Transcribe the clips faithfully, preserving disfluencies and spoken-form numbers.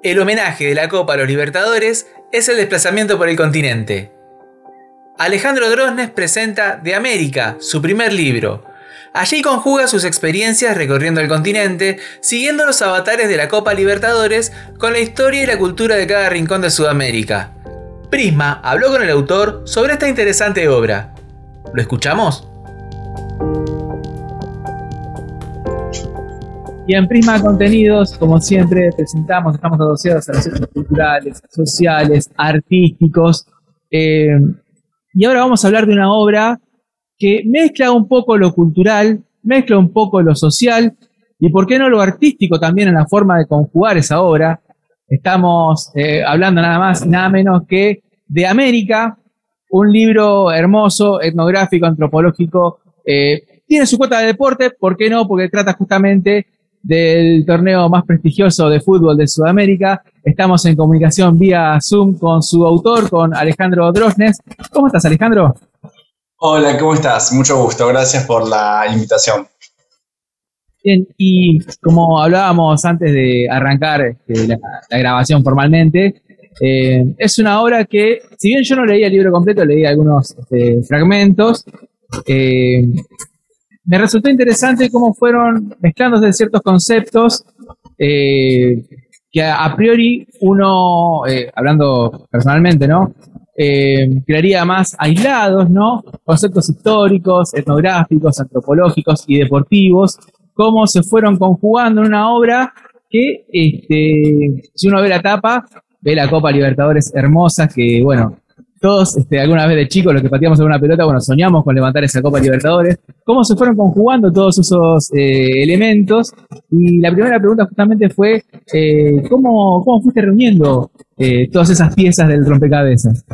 El homenaje de la Copa a los Libertadores es el desplazamiento por el continente. Alejandro Drosnes presenta De América, su primer libro. Allí conjuga sus experiencias recorriendo el continente, siguiendo los avatares de la Copa Libertadores con la historia y la cultura de cada rincón de Sudamérica. Prisma habló con el autor sobre esta interesante obra. ¿Lo escuchamos? Y en Prisma Contenidos, como siempre, presentamos, estamos asociados a los hechos culturales, sociales, artísticos. Eh, y ahora vamos a hablar de una obra que mezcla un poco lo cultural, mezcla un poco lo social y, ¿por qué no, lo artístico también en la forma de conjugar esa obra? Estamos eh, hablando nada más y nada menos que de América, un libro hermoso, etnográfico, antropológico. Eh, tiene su cuota de deporte, ¿por qué no? Porque trata justamente del torneo más prestigioso de fútbol de Sudamérica. Estamos en comunicación vía Zoom con su autor, con Alejandro Drosnes. ¿Cómo estás, Alejandro? Hola, ¿cómo estás? Mucho gusto, gracias por la invitación. Bien, y como hablábamos antes de arrancar este, la, la grabación formalmente, eh, es una obra que, si bien yo no leí el libro completo, leí algunos este, fragmentos, eh, me resultó interesante cómo fueron mezclándose ciertos conceptos eh, que a, a priori uno, eh, hablando personalmente, ¿no? Eh, crearía más aislados, ¿no? Conceptos históricos, etnográficos, antropológicos y deportivos, cómo se fueron conjugando en una obra que, este, si uno ve la tapa, ve la Copa Libertadores hermosa, que, bueno, todos este, alguna vez de chicos, los que pateamos alguna pelota, bueno, soñamos con levantar esa Copa Libertadores. ¿Cómo se fueron conjugando todos esos eh, elementos? Y la primera pregunta justamente fue, eh, ¿cómo, ¿cómo fuiste reuniendo eh, todas esas piezas del rompecabezas?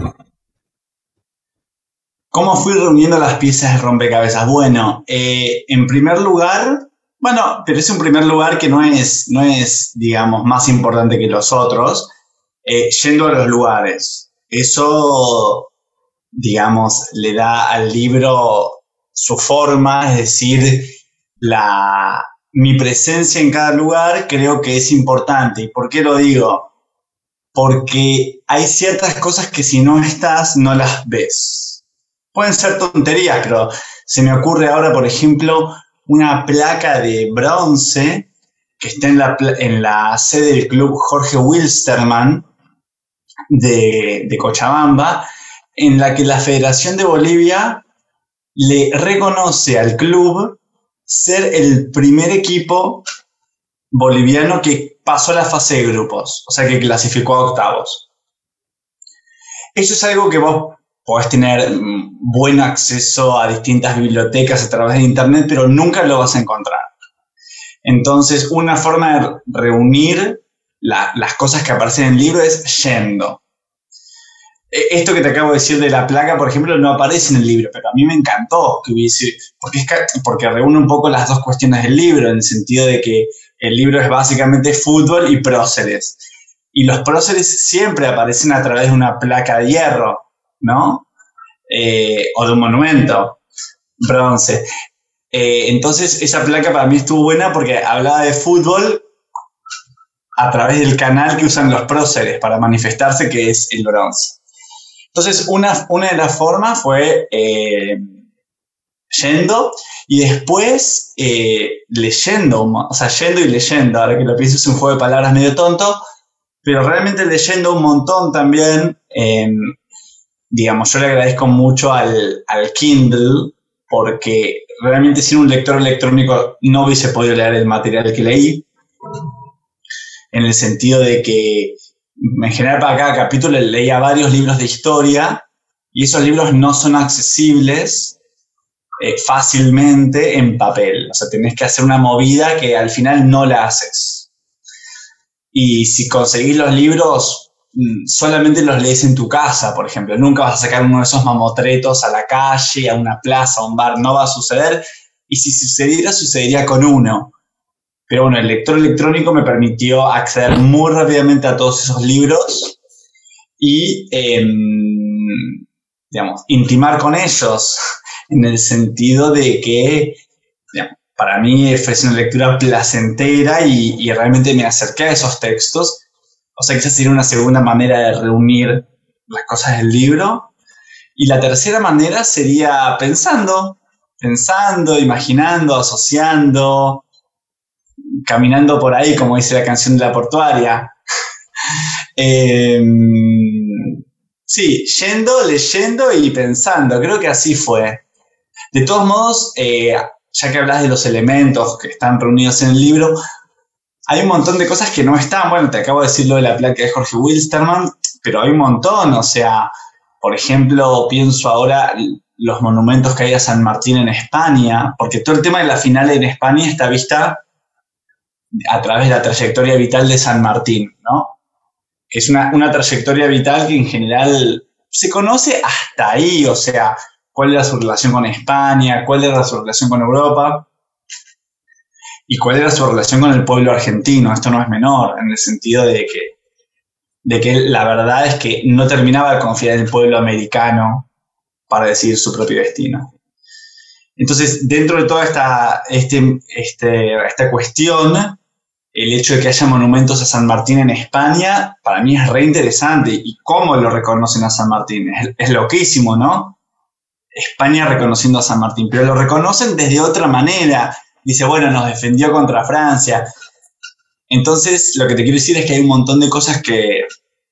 ¿Cómo fui reuniendo las piezas de rompecabezas? Bueno, eh, en primer lugar, bueno, pero es un primer lugar que no es, no es, digamos, más importante que los otros, eh, yendo a los lugares. Eso, digamos, le da al libro su forma, es decir, la, mi presencia en cada lugar creo que es importante. ¿Y por qué lo digo? Porque hay ciertas cosas que si no estás, no las ves. Pueden ser tonterías, pero se me ocurre ahora, por ejemplo, una placa de bronce que está en la, en la sede del club Jorge Wilstermann, De, de Cochabamba, en la que la Federación de Bolivia le reconoce al club ser el primer equipo boliviano que pasó la fase de grupos, o sea que clasificó a octavos. Eso es algo que vos podés tener buen acceso a distintas bibliotecas a través de internet, pero nunca lo vas a encontrar. Entonces, una forma de reunir La, las cosas que aparecen en el libro es yendo. Esto que te acabo de decir de la placa, por ejemplo, no aparece en el libro, pero a mí me encantó que hubiese, porque, es, porque reúne un poco las dos cuestiones del libro, en el sentido de que el libro es básicamente fútbol y próceres. Y los próceres siempre aparecen a través de una placa de hierro, ¿no? Eh, o de un monumento, bronce. Eh, entonces, esa placa para mí estuvo buena porque hablaba de fútbol a través del canal que usan los próceres para manifestarse, que es el bronce. Entonces, una, una de las formas fue eh, yendo y después eh, leyendo, o sea, yendo y leyendo. Ahora que lo pienso es un juego de palabras medio tonto, pero realmente leyendo un montón también. Eh, digamos, yo le agradezco mucho al, al Kindle, porque realmente sin un lector electrónico no hubiese podido leer el material que leí. En el sentido de que, en general, para cada capítulo leía varios libros de historia y esos libros no son accesibles eh, fácilmente en papel. O sea, tenés que hacer una movida que al final no la haces. Y si conseguís los libros, solamente los lees en tu casa, por ejemplo. Nunca vas a sacar uno de esos mamotretos a la calle, a una plaza, a un bar. No va a suceder. Y si sucediera, sucedería con uno. Pero bueno, el lector electrónico me permitió acceder muy rápidamente a todos esos libros y, eh, digamos, intimar con ellos, en el sentido de que, digamos, para mí fue una lectura placentera y, y realmente me acerqué a esos textos. O sea, quizás sería una segunda manera de reunir las cosas del libro. Y la tercera manera sería pensando, pensando, imaginando, asociando, caminando por ahí, como dice la canción de La Portuaria. eh, sí, yendo, leyendo y pensando. Creo que así fue. De todos modos, eh, ya que hablas de los elementos que están reunidos en el libro, hay un montón de cosas que no están. Bueno, te acabo de decir lo de la placa de Jorge Wilstermann, pero hay un montón. O sea, por ejemplo, pienso ahora los monumentos que hay a San Martín en España, porque todo el tema de la final en España está vista a través de la trayectoria vital de San Martín, ¿no? Es una, una trayectoria vital que en general se conoce hasta ahí, o sea, cuál era su relación con España, cuál era su relación con Europa y cuál era su relación con el pueblo argentino. Esto no es menor, en el sentido de que, de que la verdad es que no terminaba de confiar en el pueblo americano para decidir su propio destino. Entonces, dentro de toda esta, este, este, esta cuestión, el hecho de que haya monumentos a San Martín en España, para mí es re interesante. ¿Y cómo lo reconocen a San Martín? Es, es loquísimo, ¿no? España reconociendo a San Martín, pero lo reconocen desde otra manera. Dice, bueno, nos defendió contra Francia. Entonces, lo que te quiero decir es que hay un montón de cosas que,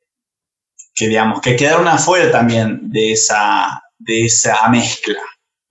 que digamos, que quedaron afuera también de esa, de esa mezcla.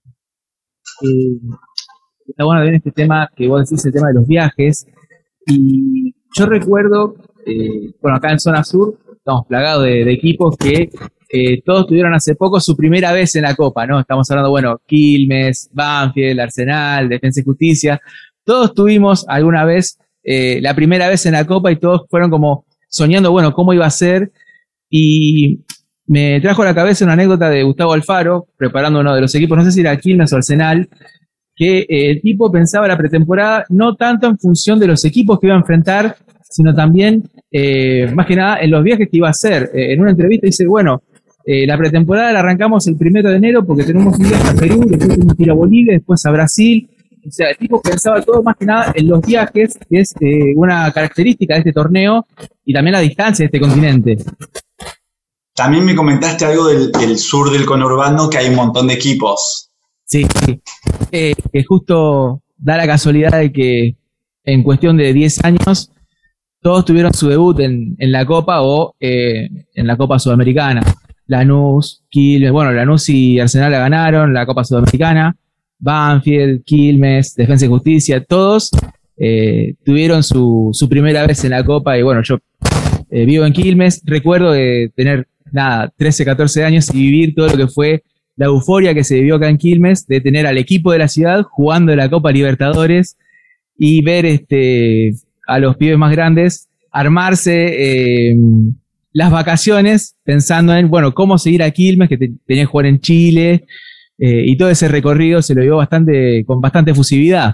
Eh, está bueno ver este tema que vos decís, el tema de los viajes. Y yo recuerdo, eh, bueno, acá en Zona Sur estamos plagados de, de equipos que eh, todos tuvieron hace poco su primera vez en la Copa, ¿no? Estamos hablando, bueno, Quilmes, Banfield, Arsenal, Defensa y Justicia. Todos tuvimos alguna vez eh, la primera vez en la Copa y todos fueron como soñando, bueno, cómo iba a ser. Y me trajo a la cabeza una anécdota de Gustavo Alfaro, preparando uno de los equipos, no sé si era Quilmes o Arsenal, que eh, el tipo pensaba la pretemporada no tanto en función de los equipos que iba a enfrentar, sino también, eh, más que nada, en los viajes que iba a hacer. Eh, en una entrevista dice, bueno, eh, la pretemporada la arrancamos el primero de enero porque tenemos un viaje a Perú, después tenemos que ir a Bolivia, después a Brasil. O sea, el tipo pensaba todo más que nada en los viajes, que es eh, una característica de este torneo, y también la distancia de este continente. También me comentaste algo del, del sur del conurbano, que hay un montón de equipos. Sí, sí. Eh, que justo da la casualidad de que en cuestión de diez años todos tuvieron su debut en, en la Copa o eh, en la Copa Sudamericana. Lanús, Quilmes, bueno, Lanús y Arsenal la ganaron, la Copa Sudamericana. Banfield, Quilmes, Defensa y Justicia, todos eh, tuvieron su, su primera vez en la Copa. Y bueno, yo eh, vivo en Quilmes, recuerdo de tener, nada, trece, catorce años y vivir todo lo que fue la euforia que se vivió acá en Quilmes de tener al equipo de la ciudad jugando la Copa Libertadores y ver este, a los pibes más grandes armarse eh, las vacaciones pensando en, bueno, cómo seguir a Quilmes, que te, tenía que jugar en Chile, eh, y todo ese recorrido se lo dio bastante, con bastante efusividad.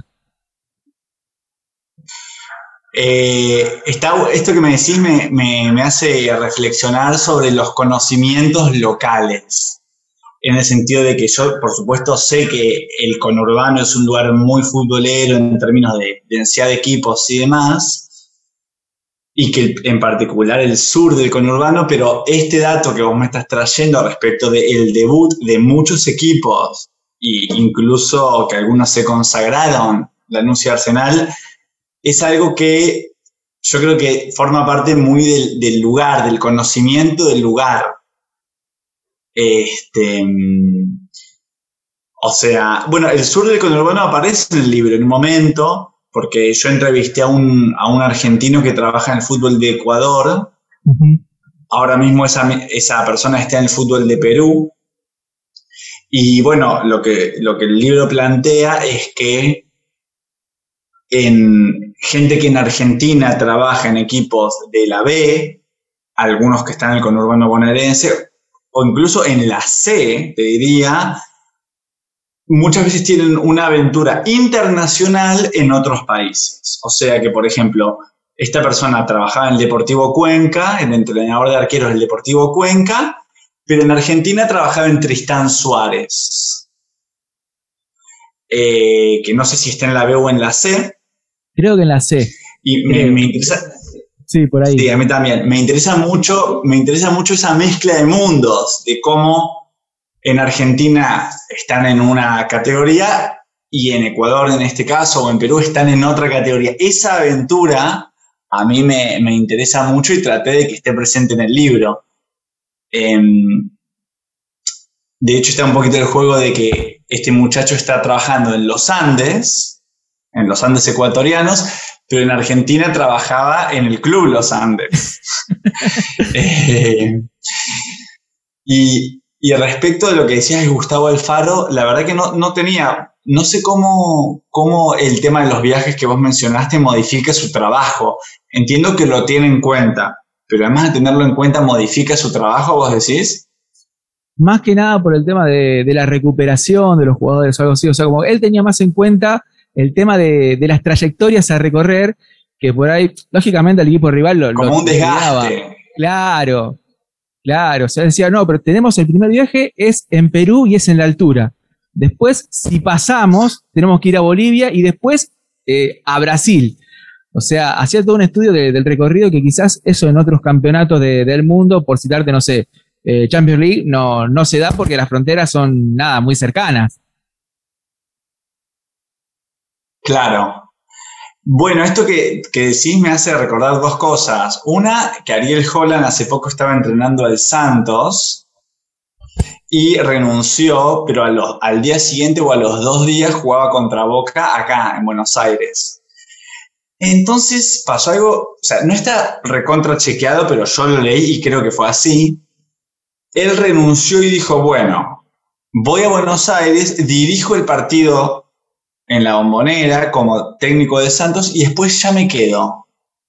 Eh, está, esto que me decís me, me, me hace reflexionar sobre los conocimientos locales. En el sentido de que yo, por supuesto, sé que el conurbano es un lugar muy futbolero en términos de densidad de equipos y demás, y que en particular el sur del conurbano, pero este dato que vos me estás trayendo respecto del debut de muchos equipos, e incluso que algunos se consagraron, Lanús y Arsenal, es algo que yo creo que forma parte muy del, del lugar, del conocimiento del lugar. Este, o sea, bueno, el sur del conurbano aparece en el libro en un momento, porque yo entrevisté a un, a un argentino que trabaja en el fútbol de Ecuador. Uh-huh. Ahora mismo esa, esa persona está en el fútbol de Perú. Y bueno, lo que, lo que el libro plantea es que en gente que en Argentina trabaja en equipos de la B, algunos que están en el conurbano bonaerense, o incluso en la C, te diría, muchas veces tienen una aventura internacional en otros países. O sea que, por ejemplo, esta persona trabajaba en el Deportivo Cuenca, el entrenador de arqueros del Deportivo Cuenca, pero en Argentina trabajaba en Tristán Suárez, eh, que no sé si está en la B o en la C. Creo que en la C. Y me, me interesa... Sí, Sí, por ahí. Sí, a mí también. Me interesa mucho, me interesa mucho esa mezcla de mundos, de cómo en Argentina están en una categoría y en Ecuador, en este caso, o en Perú, están en otra categoría. Esa aventura a mí me, me interesa mucho y traté de que esté presente en el libro. Eh, de hecho, está un poquito el juego de que este muchacho está trabajando en los Andes, en los Andes ecuatorianos, pero en Argentina trabajaba en el Club Los Andes. eh, y, y respecto de lo que decías de Gustavo Alfaro, la verdad que no, no tenía, no sé cómo, cómo el tema de los viajes que vos mencionaste modifica su trabajo. Entiendo que lo tiene en cuenta, pero además de tenerlo en cuenta, ¿modifica su trabajo, vos decís? Más que nada por el tema de, de la recuperación de los jugadores o algo así. O sea, como él tenía más en cuenta el tema de, de las trayectorias a recorrer, que por ahí, lógicamente, el equipo rival lo Como lo un desgaste. Claro, claro. O sea, decía, no, pero tenemos el primer viaje, es en Perú y es en la altura. Después, si pasamos, tenemos que ir a Bolivia y después eh, a Brasil. O sea, hacía todo un estudio de, del recorrido que quizás eso en otros campeonatos de, del mundo, por citarte, no sé, eh, Champions League, no, no se da porque las fronteras son, nada, muy cercanas. Claro. Bueno, esto que, que decís me hace recordar dos cosas. Una, que Ariel Holland hace poco estaba entrenando al Santos y renunció, pero a los, al día siguiente o a los dos días jugaba contra Boca acá en Buenos Aires. Entonces pasó algo, o sea, no está recontra chequeado, pero yo lo leí y creo que fue así. Él renunció y dijo, bueno, voy a Buenos Aires, dirijo el partido en la Bombonera como técnico de Santos y después ya me quedo.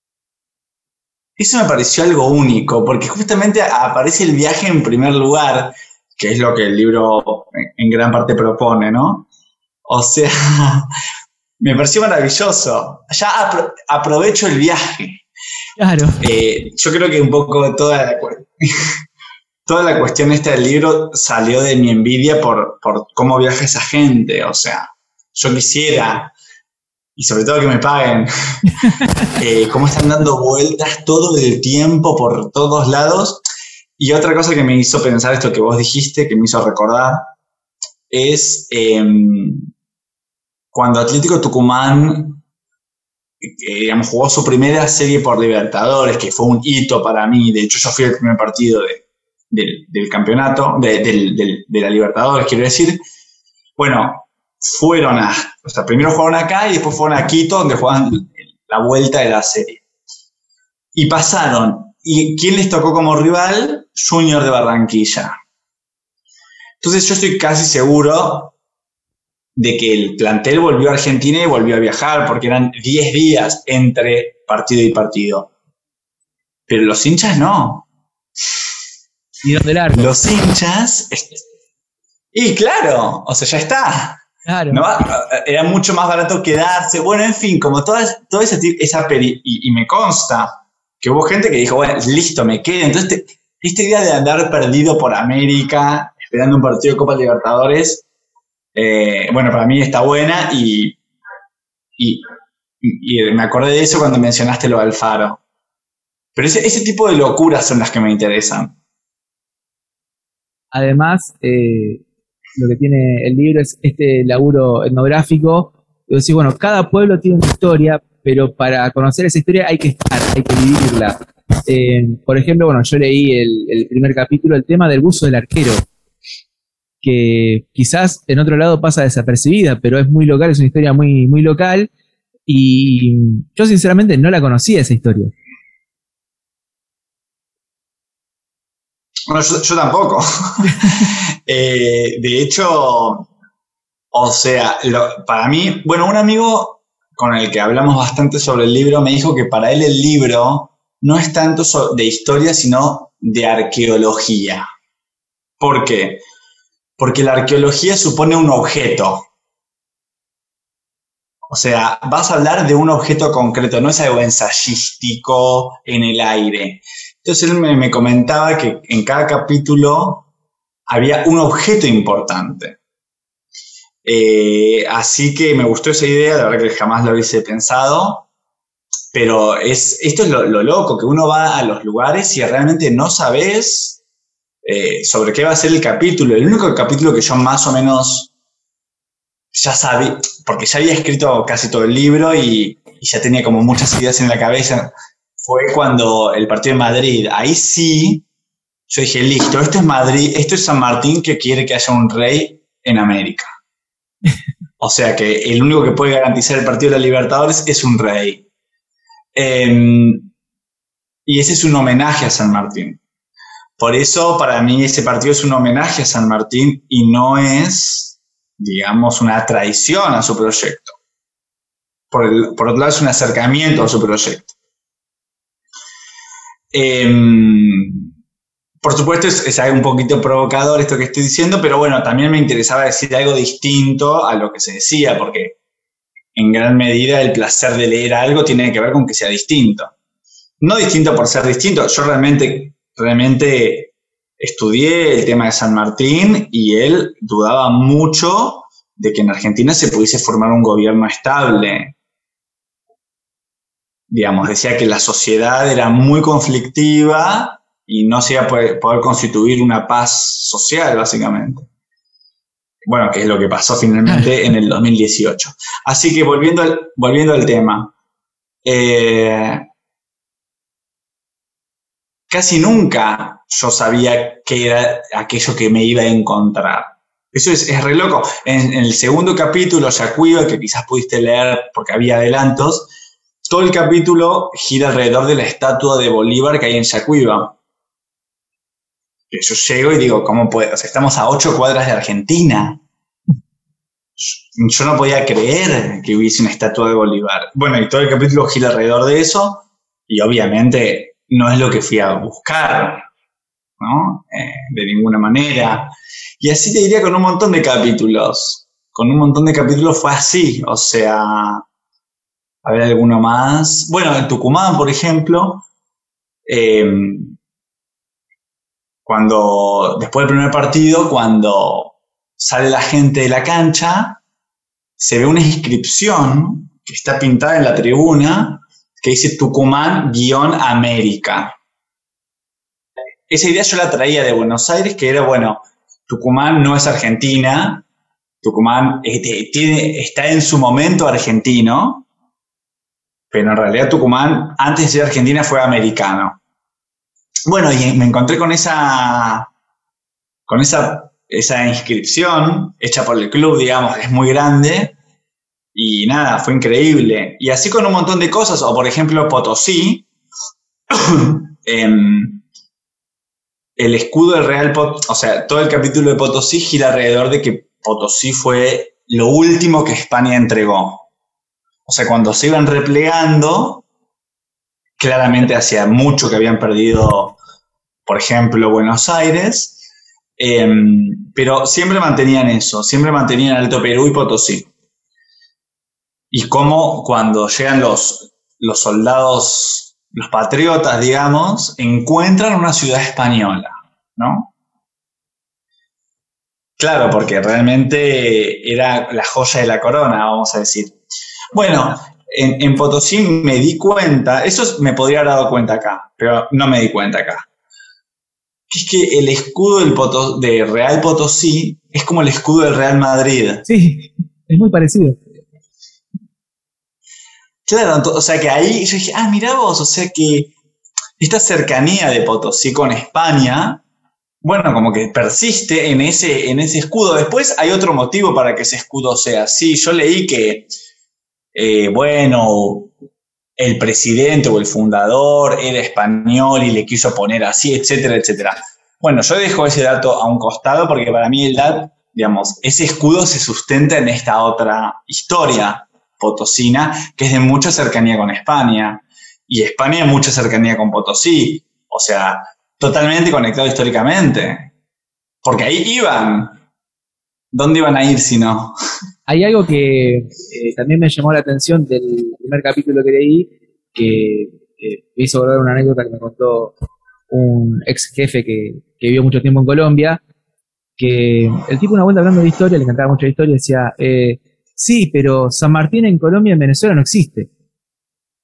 Eso me pareció algo único, porque justamente aparece el viaje en primer lugar, que es lo que el libro en gran parte propone, ¿no? O sea, me pareció maravilloso. Ya apro- aprovecho el viaje. Claro. Eh, yo creo que un poco toda la, toda la cuestión esta del libro salió de mi envidia por, por cómo viaja esa gente, o sea, yo quisiera, y sobre todo que me paguen, eh, cómo están dando vueltas todo el tiempo por todos lados. Y otra cosa que me hizo pensar esto que vos dijiste, que me hizo recordar, es eh, cuando Atlético Tucumán eh, digamos, jugó su primera serie por Libertadores, que fue un hito para mí. De hecho, yo fui al primer partido de, del, del campeonato, de, del, del, de la Libertadores, quiero decir. Bueno, fueron a, o sea, primero jugaron acá y después fueron a Quito, donde jugaban la vuelta de la serie. Y pasaron. ¿Y quién les tocó como rival? Junior de Barranquilla. Entonces yo estoy casi seguro de que el plantel volvió a Argentina y volvió a viajar, porque eran diez días entre partido y partido. Pero los hinchas no. ¿Y dónde largo? Los hinchas... Y claro, o sea, ya está. Claro. ¿No? Era mucho más barato quedarse. Bueno, en fin, como toda, toda esa, esa peri... Y, y me consta que hubo gente que dijo, bueno, listo, me quedo. Entonces, te, esta idea de andar perdido por América, esperando un partido de Copa Libertadores, eh, bueno, para mí está buena y, y, y me acordé de eso cuando mencionaste lo de Alfaro. Pero ese, ese tipo de locuras son las que me interesan. Además, eh, lo que tiene el libro es este laburo etnográfico. Es decir, bueno, cada pueblo tiene una historia, pero para conocer esa historia hay que estar, hay que vivirla. Eh, por ejemplo, bueno, yo leí el, el primer capítulo, el tema del buzo del arquero, que quizás en otro lado pasa desapercibida, pero es muy local, es una historia muy, muy local, y yo sinceramente no la conocía esa historia. Bueno, yo, yo tampoco. eh, de hecho, o sea, lo, para mí, bueno, un amigo con el que hablamos bastante sobre el libro me dijo que para él el libro no es tanto de historia, sino de arqueología. ¿Por qué? Porque la arqueología supone un objeto. O sea, vas a hablar de un objeto concreto, no es algo ensayístico en el aire. Entonces él me, me comentaba que en cada capítulo había un objeto importante. Eh, así que me gustó esa idea, la verdad que jamás lo hubiese pensado. Pero es, esto es lo, lo loco, que uno va a los lugares y realmente no sabes eh, sobre qué va a ser el capítulo. El único capítulo que yo más o menos ya sabía, porque ya había escrito casi todo el libro y, y ya tenía como muchas ideas en la cabeza, fue cuando el partido de Madrid. Ahí sí, yo dije, listo, esto es Madrid, esto es San Martín que quiere que haya un rey en América. O sea que el único que puede garantizar el partido de la Libertadores es un rey. Eh, y ese es un homenaje a San Martín. Por eso, para mí, ese partido es un homenaje a San Martín y no es, digamos, una traición a su proyecto. Por, el, por otro lado, es un acercamiento a su proyecto. Eh, por supuesto, es, es un poquito provocador esto que estoy diciendo, pero bueno, también me interesaba decir algo distinto a lo que se decía, porque en gran medida el placer de leer algo tiene que ver con que sea distinto. No distinto por ser distinto. Yo realmente, realmente estudié el tema de San Martín y él dudaba mucho de que en Argentina se pudiese formar un gobierno estable. Digamos, decía que la sociedad era muy conflictiva y no se iba a poder, poder constituir una paz social, básicamente. Bueno, que es lo que pasó finalmente en el dos mil dieciocho. Así que volviendo al, volviendo al tema, eh, casi nunca yo sabía qué era aquello que me iba a encontrar. Eso es, es re loco. En, en el segundo capítulo, Yacuiba, que quizás pudiste leer porque había adelantos, todo el capítulo gira alrededor de la estatua de Bolívar que hay en Yacuiba. Que yo llego y digo, ¿cómo puede? O sea, estamos a ocho cuadras de Argentina. Yo no podía creer que hubiese una estatua de Bolívar. Bueno, y todo el capítulo gira alrededor de eso, y obviamente no es lo que fui a buscar, ¿no? Eh, de ninguna manera. Y así te diría con un montón de capítulos. Con un montón de capítulos fue así, o sea, a ver alguno más. Bueno, en Tucumán, por ejemplo, eh, cuando, después del primer partido, cuando sale la gente de la cancha, se ve una inscripción que está pintada en la tribuna que dice Tucumán-América. Esa idea yo la traía de Buenos Aires, que era, bueno, Tucumán no es Argentina, Tucumán este, tiene, está en su momento argentino, pero en realidad Tucumán, antes de ser Argentina, fue americano. Bueno, y me encontré con esa, con esa, esa inscripción hecha por el club, digamos, es muy grande, y nada, fue increíble. Y así con un montón de cosas, o por ejemplo Potosí, eh, el escudo del Real Potosí, o sea, todo el capítulo de Potosí gira alrededor de que Potosí fue lo último que España entregó. O sea, cuando se iban replegando, claramente hacía mucho que habían perdido, por ejemplo, Buenos Aires, eh, pero siempre mantenían eso, siempre mantenían Alto Perú y Potosí. Y cómo cuando llegan los, los soldados, los patriotas, digamos, encuentran una ciudad española, ¿no? Claro, porque realmente era la joya de la corona, vamos a decir. Bueno, en, en Potosí me di cuenta, eso me podría haber dado cuenta acá, pero no me di cuenta acá. Que es que el escudo del Potosí, de Real Potosí es como el escudo del Real Madrid. Sí, es muy parecido. Claro, o sea que ahí yo dije, ah, mirá vos, o sea que esta cercanía de Potosí con España, bueno, como que persiste en ese, en ese escudo. Después hay otro motivo para que ese escudo sea así. Yo leí que, eh, bueno, el presidente o el fundador era español y le quiso poner así, etcétera, etcétera. Bueno, yo dejo ese dato a un costado porque para mí el dato, digamos, ese escudo se sustenta en esta otra historia potosina, que es de mucha cercanía con España, y España mucha cercanía con Potosí, o sea, totalmente conectado históricamente, porque ahí iban. ¿Dónde iban a ir si no? Hay algo que eh, también me llamó la atención del primer capítulo que leí, que eh, me hizo acordar una anécdota que me contó un ex jefe que, que vivió mucho tiempo en Colombia, que el tipo una vuelta hablando de historia, le encantaba mucho la historia, decía, eh, sí, pero San Martín en Colombia y en Venezuela no existe.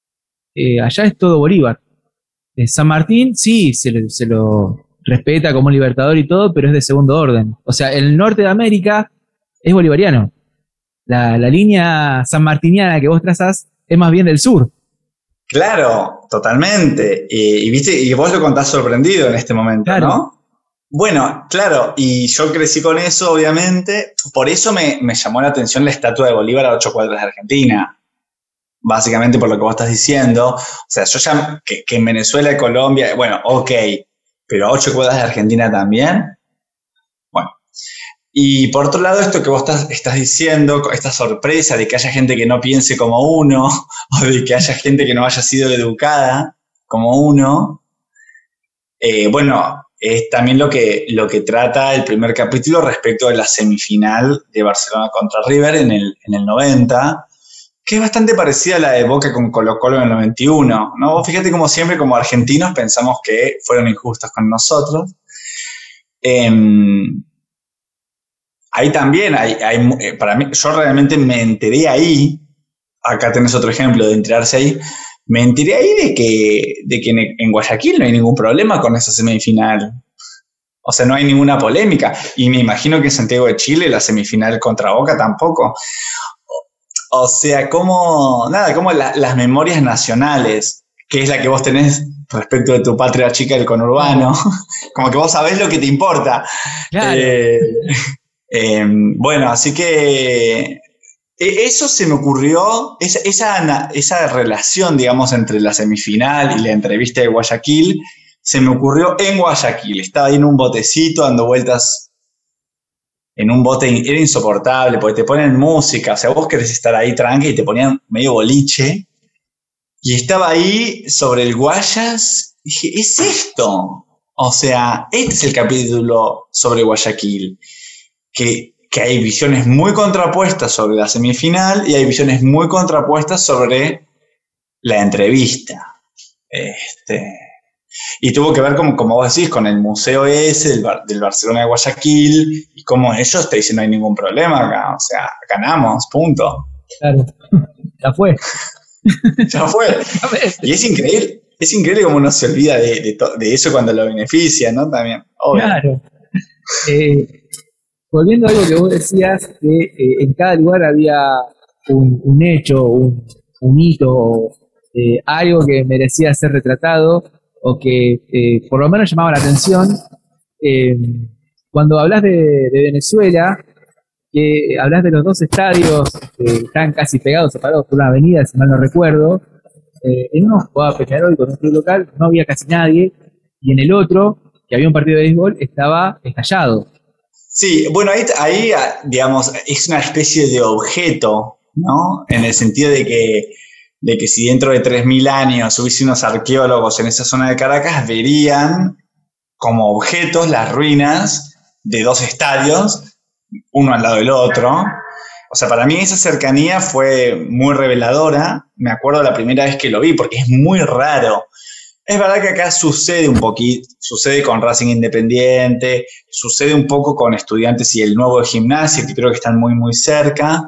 eh, allá es todo Bolívar. En San Martín sí, se, le- se lo respeta como libertador y todo, pero es de segundo orden. O sea, el norte de América es bolivariano. La, la línea sanmartiniana que vos trazás es más bien del sur. Claro, totalmente. Y, y viste, y vos lo contás sorprendido en este momento, Claro. ¿no? Bueno, claro, y yo crecí con eso, obviamente. Por eso me, me llamó la atención la estatua de Bolívar a ocho cuadras de Argentina. Básicamente por lo que vos estás diciendo. O sea, yo ya, que, que en Venezuela y Colombia, bueno, ok, pero a ocho cuadras de Argentina también. Bueno, y por otro lado, esto que vos estás, estás diciendo, esta sorpresa de que haya gente que no piense como uno, o de que haya gente que no haya sido educada como uno, eh, bueno, es también lo que, lo que trata el primer capítulo respecto de la semifinal de Barcelona contra River en el, en el noventa, que es bastante parecida a la de Boca con Colo-Colo en el noventa y uno, ¿no? Vos fíjate como siempre, como argentinos, pensamos que fueron injustos con nosotros. Eh, Ahí también, hay, hay, eh, para mí, yo realmente me enteré ahí, acá tenés otro ejemplo de enterarse ahí, me enteré ahí de que, de que en, en Guayaquil no hay ningún problema con esa semifinal. O sea, no hay ninguna polémica. Y me imagino que en Santiago de Chile la semifinal contra Boca tampoco. O sea, como, nada, como la, las memorias nacionales, que es la que vos tenés respecto de tu patria chica, el conurbano, como que vos sabés lo que te importa. Claro. Eh, Eh, bueno, así que eso se me ocurrió, esa, esa, esa relación, digamos, entre la semifinal y la entrevista de Guayaquil, se me ocurrió en Guayaquil. Estaba ahí en un botecito dando vueltas en un bote, era insoportable, porque te ponen música, o sea, vos querés estar ahí tranqui y te ponían medio boliche, y estaba ahí sobre el Guayas, y dije, ¿es esto? O sea, este es el capítulo sobre Guayaquil. Que, que hay visiones muy contrapuestas sobre la semifinal y hay visiones muy contrapuestas sobre la entrevista. Este, y tuvo que ver, como, como vos decís, con el museo ese del, Bar, del Barcelona de Guayaquil y como ellos te dicen no hay ningún problema acá, o sea, ganamos, punto. Claro, ya fue. Ya fue. Y es increíble, es increíble como uno se olvida de, de, to, de eso cuando lo beneficia, ¿no? También. Obvio. Claro. Eh, Volviendo a algo que vos decías, que eh, en cada lugar había un, un hecho, un, un hito, eh, algo que merecía ser retratado o que eh, por lo menos llamaba la atención. Eh, cuando hablas de, de Venezuela, que hablas de los dos estadios que están casi pegados, separados por una avenida, si mal no recuerdo, eh, en uno jugaba Peñarol con un club local, no había casi nadie, y en el otro, que había un partido de béisbol, estaba estallado. Sí, bueno, ahí, ahí, digamos, es una especie de objeto, ¿no? En el sentido de que, de que si dentro de tres mil años hubiese unos arqueólogos en esa zona de Caracas, verían como objetos las ruinas de dos estadios, uno al lado del otro. O sea, para mí esa cercanía fue muy reveladora. Me acuerdo la primera vez que lo vi, porque es muy raro. Es verdad que acá sucede un poquito, sucede con Racing Independiente, sucede un poco con Estudiantes y el Nuevo de Gimnasia, que creo que están muy, muy cerca.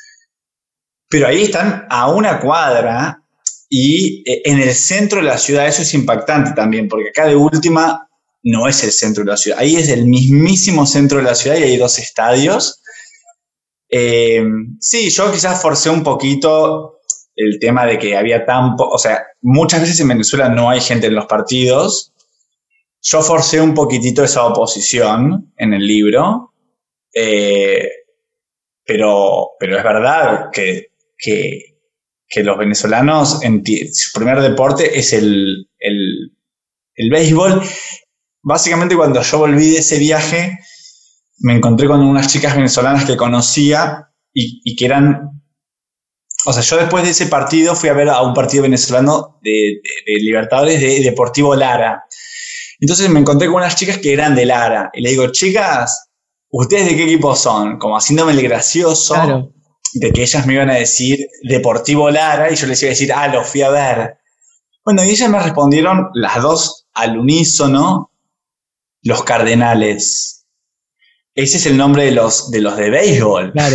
Pero ahí están a una cuadra y en el centro de la ciudad. Eso es impactante también, porque acá de última no es el centro de la ciudad. Ahí es el mismísimo centro de la ciudad y hay dos estadios. Eh, sí, yo quizás forcé un poquito el tema de que había tan poco, o sea, muchas veces en Venezuela no hay gente en los partidos. Yo forcé un poquitito esa oposición en el libro, eh, pero, pero es verdad que, que, que los venezolanos, en su primer deporte es el, el, el béisbol. Básicamente cuando yo volví de ese viaje, me encontré con unas chicas venezolanas que conocía y, y que eran... O sea, yo después de ese partido fui a ver a un partido venezolano de, de, de Libertadores de Deportivo Lara. Entonces me encontré con unas chicas que eran de Lara. Y le digo, chicas, ¿ustedes de qué equipo son? Como haciéndome el gracioso, claro, de que ellas me iban a decir Deportivo Lara y yo les iba a decir, ah, lo fui a ver. Bueno, y ellas me respondieron las dos al unísono, los Cardenales. ese es el nombre de los de, los de béisbol. Claro.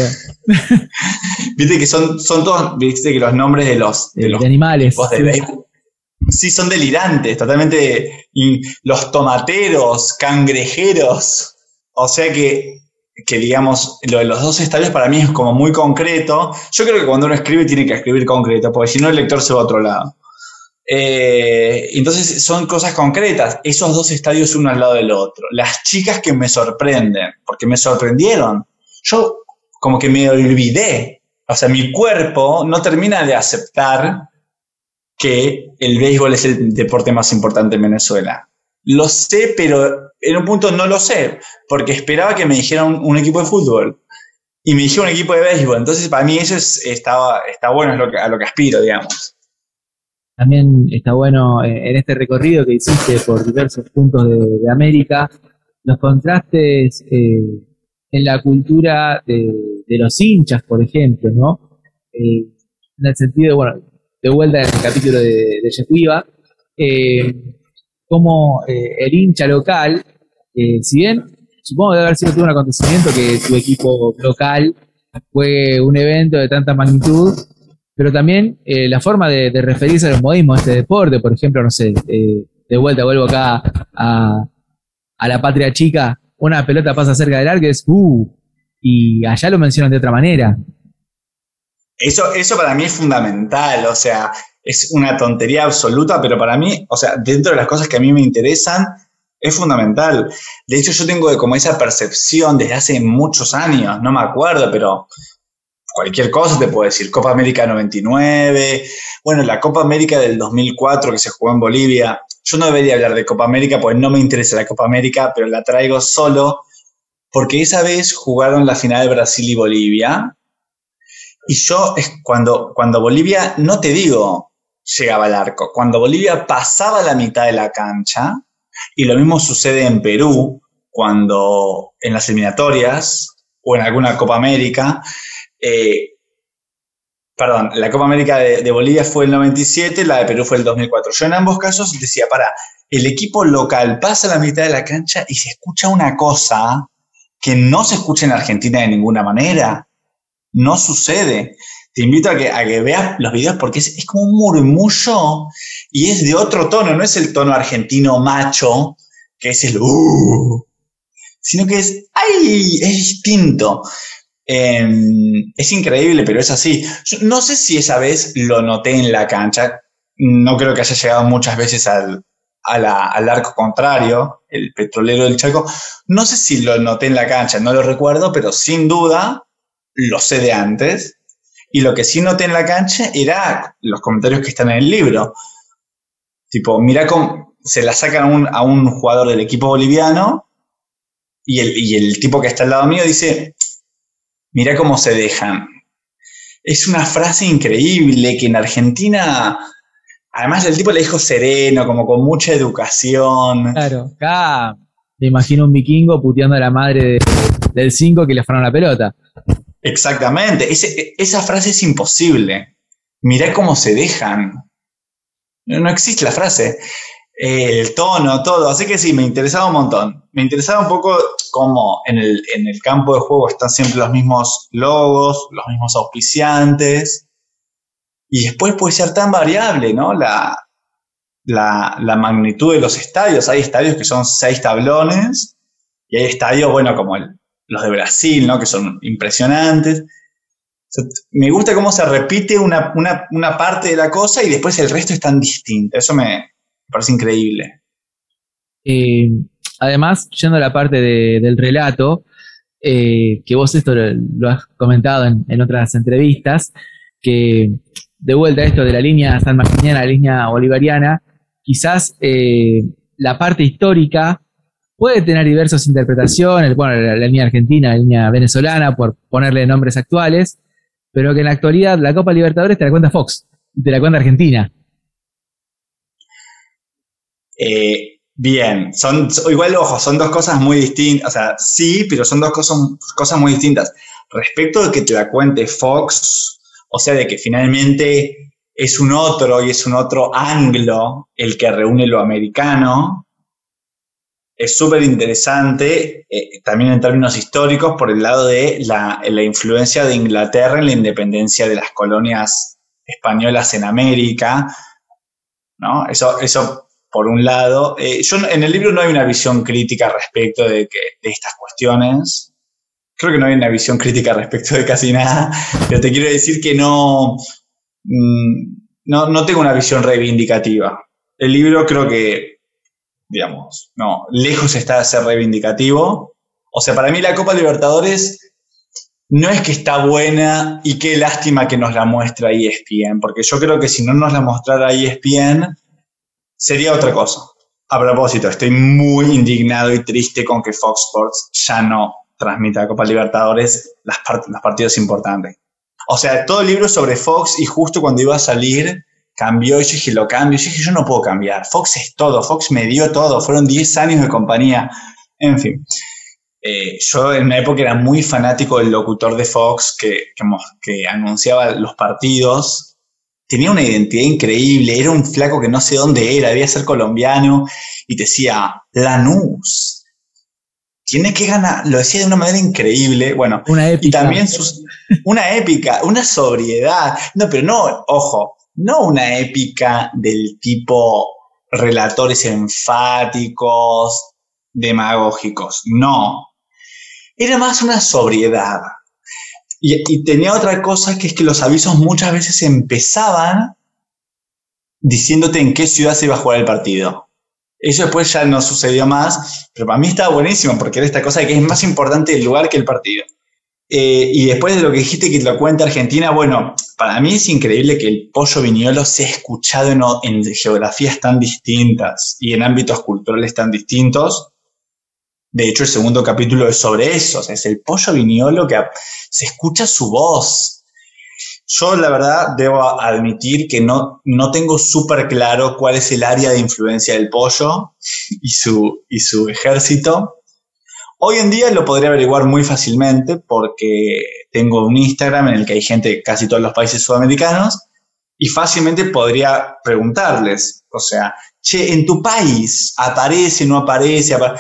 Viste que son, son todos, viste que los nombres de los, de de, los de animales. de Sí. béisbol. Sí, son delirantes, totalmente. Y los tomateros, cangrejeros. O sea que, que, digamos, lo de los dos estadios para mí es como muy concreto. Yo creo que cuando uno escribe tiene que escribir concreto, porque si no el lector se va a otro lado. Eh, entonces son cosas concretas. Esos dos estadios uno al lado del otro. Las chicas que me sorprenden, porque me sorprendieron. Yo como que me olvidé. O sea, mi cuerpo no termina de aceptar que el béisbol es el deporte más importante en Venezuela. Lo sé, pero en un punto no lo sé, porque esperaba que me dijeran un, un equipo de fútbol y me dijeron un equipo de béisbol. Entonces, para mí eso es, estaba, está bueno, es lo que, a lo que aspiro, digamos. También está bueno eh, en este recorrido que hiciste por diversos puntos de, de América, los contrastes eh, en la cultura de, de los hinchas, por ejemplo, ¿no? Eh, en el sentido, bueno, de vuelta en el capítulo de, de Yecuiba, eh, como eh, el hincha local, eh, si bien supongo que debe haber sido todo un acontecimiento que tu equipo local fue un evento de tanta magnitud, pero también eh, la forma de, de referirse a los modismos de este deporte, por ejemplo, no sé, eh, de vuelta vuelvo acá a, a la patria chica, una pelota pasa cerca del arco y es uh, y allá lo mencionan de otra manera. Eso, eso para mí es fundamental, o sea, es una tontería absoluta, pero para mí, o sea, dentro de las cosas que a mí me interesan, es fundamental. De hecho, yo tengo como esa percepción desde hace muchos años, no me acuerdo, pero cualquier cosa te puedo decir. Copa América noventa y nueve, bueno, la Copa América del dos mil cuatro que se jugó en Bolivia. Yo no debería hablar de Copa América porque no me interesa la Copa América, pero la traigo solo porque esa vez jugaron la final de Brasil y Bolivia. Y yo, cuando, cuando Bolivia, no te digo llegaba al arco, cuando Bolivia pasaba la mitad de la cancha, y lo mismo sucede en Perú, cuando en las eliminatorias o en alguna Copa América, eh, perdón, la Copa América de, de Bolivia fue el noventa y siete, la de Perú fue el dos mil cuatro. Yo en ambos casos decía, para, el equipo local pasa la mitad de la cancha y se escucha una cosa que no se escucha en Argentina de ninguna manera. No sucede. Te invito a que, a que veas los videos porque es, es como un murmullo y es de otro tono, no es el tono argentino macho, que es el uh, sino que es ¡ay! Es distinto. Eh, es increíble, pero es así. Yo no sé si esa vez lo noté en la cancha, no creo que haya llegado muchas veces al, a la, al arco contrario, el Petrolero del Chaco. No sé si lo noté en la cancha, no lo recuerdo, pero sin duda lo sé de antes, y lo que sí noté en la cancha era los comentarios que están en el libro. Tipo, mirá cómo se la sacan a un, a un jugador del equipo boliviano y el, y el tipo que está al lado mío dice, mirá cómo se dejan. Es una frase increíble que en Argentina, además el tipo le dijo sereno, como con mucha educación. Claro, acá me imagino un vikingo puteando a la madre de, del cinco que le fueron la pelota. Exactamente, Ese, esa frase es imposible. Mirá cómo se dejan. No, no existe la frase. Eh, el tono, todo. Así que sí, me interesaba un montón. Me interesaba un poco cómo en el, en el campo de juego están siempre los mismos logos, los mismos auspiciantes. Y después puede ser tan variable, ¿no? La, la, la magnitud de los estadios. Hay estadios que son seis tablones y hay estadios, bueno, como el los de Brasil, ¿no? Que son impresionantes. O sea, me gusta cómo se repite una, una, una parte de la cosa y después el resto es tan distinto. Eso me, me parece increíble. Eh, además, yendo a la parte de, del relato, eh, que vos esto lo, lo has comentado en, en otras entrevistas, que de vuelta a esto de la línea sanmartiniana a la línea bolivariana, quizás eh, la parte histórica puede tener diversas interpretaciones, bueno, la, la línea argentina, la línea venezolana, por ponerle nombres actuales, pero que en la actualidad la Copa Libertadores te la cuenta Fox, te la cuenta Argentina. Eh, bien, son, igual, ojo, son dos cosas muy distintas, o sea, sí, pero son dos cosas, cosas muy distintas. Respecto de que te la cuente Fox, o sea, de que finalmente es un otro y es un otro anglo el que reúne lo americano, es súper interesante, eh, también en términos históricos, por el lado de la, la influencia de Inglaterra en la independencia de las colonias españolas en América, ¿no? Eso, eso por un lado. Eh, yo en el libro no hay una visión crítica respecto de, que, de estas cuestiones. Creo que no hay una visión crítica respecto de casi nada, pero te quiero decir que no, no, no tengo una visión reivindicativa. El libro creo que, digamos, no, lejos está de ser reivindicativo. O sea, para mí la Copa Libertadores no es que está buena y qué lástima que nos la muestra E S P N, porque yo creo que si no nos la mostrara E S P N sería otra cosa. A propósito, estoy muy indignado y triste con que Fox Sports ya no transmita la Copa Libertadores, las part- los partidos importantes. O sea, todo el libro es sobre Fox y justo cuando iba a salir cambió y yo dije, lo cambio. Yo dije, yo no puedo cambiar. Fox es todo. Fox me dio todo. Fueron diez años de compañía. En fin. Eh, yo en una época era muy fanático del locutor de Fox que, que, que anunciaba los partidos. Tenía una identidad increíble. Era un flaco que no sé dónde era. Debía ser colombiano. Y te decía, Lanús. Tiene que ganar. Lo decía de una manera increíble. Bueno, una épica. Y también sus, una épica, una sobriedad. No, pero no, ojo. No una épica del tipo relatores enfáticos, demagógicos, no. Era más una sobriedad. Y, y tenía otra cosa, que es que los avisos muchas veces empezaban diciéndote en qué ciudad se iba a jugar el partido. Eso después ya no sucedió más, pero para mí estaba buenísimo, porque era esta cosa de que es más importante el lugar que el partido. Eh, y después de lo que dijiste que lo cuenta Argentina, bueno, para mí es increíble que el pollo viñolo sea escuchado en, en geografías tan distintas y en ámbitos culturales tan distintos. De hecho, el segundo capítulo es sobre eso, o sea, es el pollo viñolo que se escucha su voz. Yo, la verdad, debo admitir que no, no tengo súper claro cuál es el área de influencia del pollo y su, y su ejército. Hoy en día lo podría averiguar muy fácilmente porque tengo un Instagram en el que hay gente de casi todos los países sudamericanos y fácilmente podría preguntarles, o sea, che, ¿en tu país aparece, no aparece? Apare-?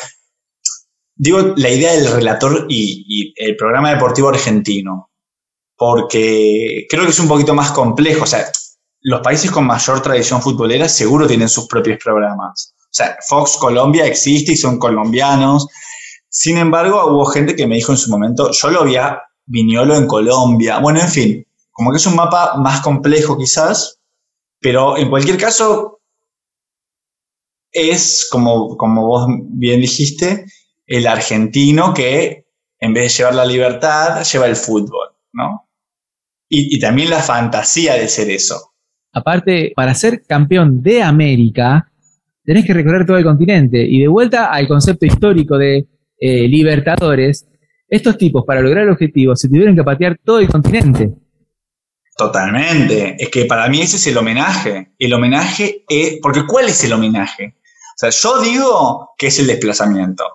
Digo, la idea del relator y, y el programa deportivo argentino, porque creo que es un poquito más complejo. O sea, los países con mayor tradición futbolera seguro tienen sus propios programas. O sea, Fox Colombia existe y son colombianos. Sin embargo, hubo gente que me dijo en su momento, yo lo vi a Viñolo en Colombia. Bueno, en fin, como que es un mapa más complejo quizás, pero en cualquier caso es, como, como vos bien dijiste, el argentino que en vez de llevar la libertad, lleva el fútbol, ¿no? Y, y también la fantasía de ser eso. Aparte, para ser campeón de América, tenés que recorrer todo el continente. Y de vuelta al concepto histórico de Eh, Libertadores, estos tipos para lograr el objetivo se tuvieron que patear todo el continente. Totalmente, es que para mí ese es el homenaje. El homenaje es, porque ¿cuál es el homenaje? O sea, yo digo que es el desplazamiento.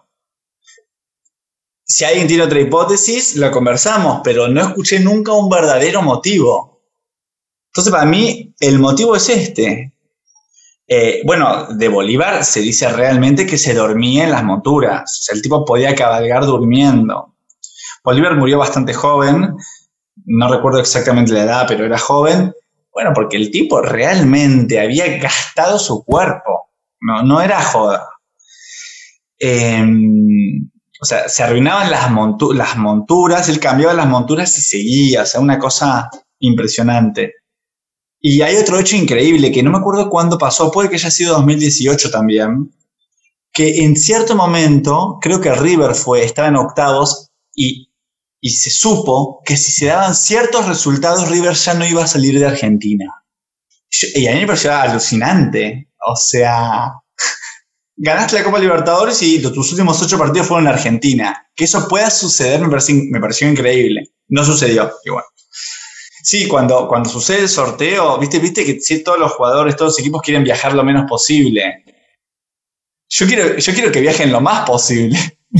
Si alguien tiene otra hipótesis, la conversamos, pero no escuché nunca un verdadero motivo. Entonces para mí el motivo es este. Eh, bueno, de Bolívar se dice realmente que se dormía en las monturas. O sea, el tipo podía cabalgar durmiendo. Bolívar murió bastante joven. No recuerdo exactamente la edad, pero era joven. Bueno, porque el tipo realmente había gastado su cuerpo. No, no era joda. Eh, o sea, se arruinaban las, montu- las monturas. Él cambiaba las monturas y seguía. O sea, una cosa impresionante. Y hay otro hecho increíble que no me acuerdo cuándo pasó, puede que haya sido dos mil dieciocho también, que en cierto momento, creo que River fue, estaba en octavos y, y se supo que si se daban ciertos resultados, River ya no iba a salir de Argentina. Y a mí me pareció alucinante. O sea, ganaste la Copa Libertadores y tus últimos ocho partidos fueron en Argentina. Que eso pueda suceder me pareció, me pareció increíble. No sucedió, igual. Sí, cuando, cuando sucede el sorteo, viste, viste que sí, todos los jugadores, todos los equipos quieren viajar lo menos posible. Yo quiero, yo quiero que viajen lo más posible.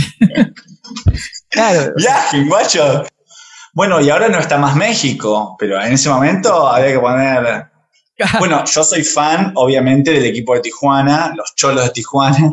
Claro. Viajen, guacho. Bueno, y ahora no está más México, pero en ese momento había que poner... Bueno, yo soy fan, obviamente, del equipo de Tijuana, los Cholos de Tijuana.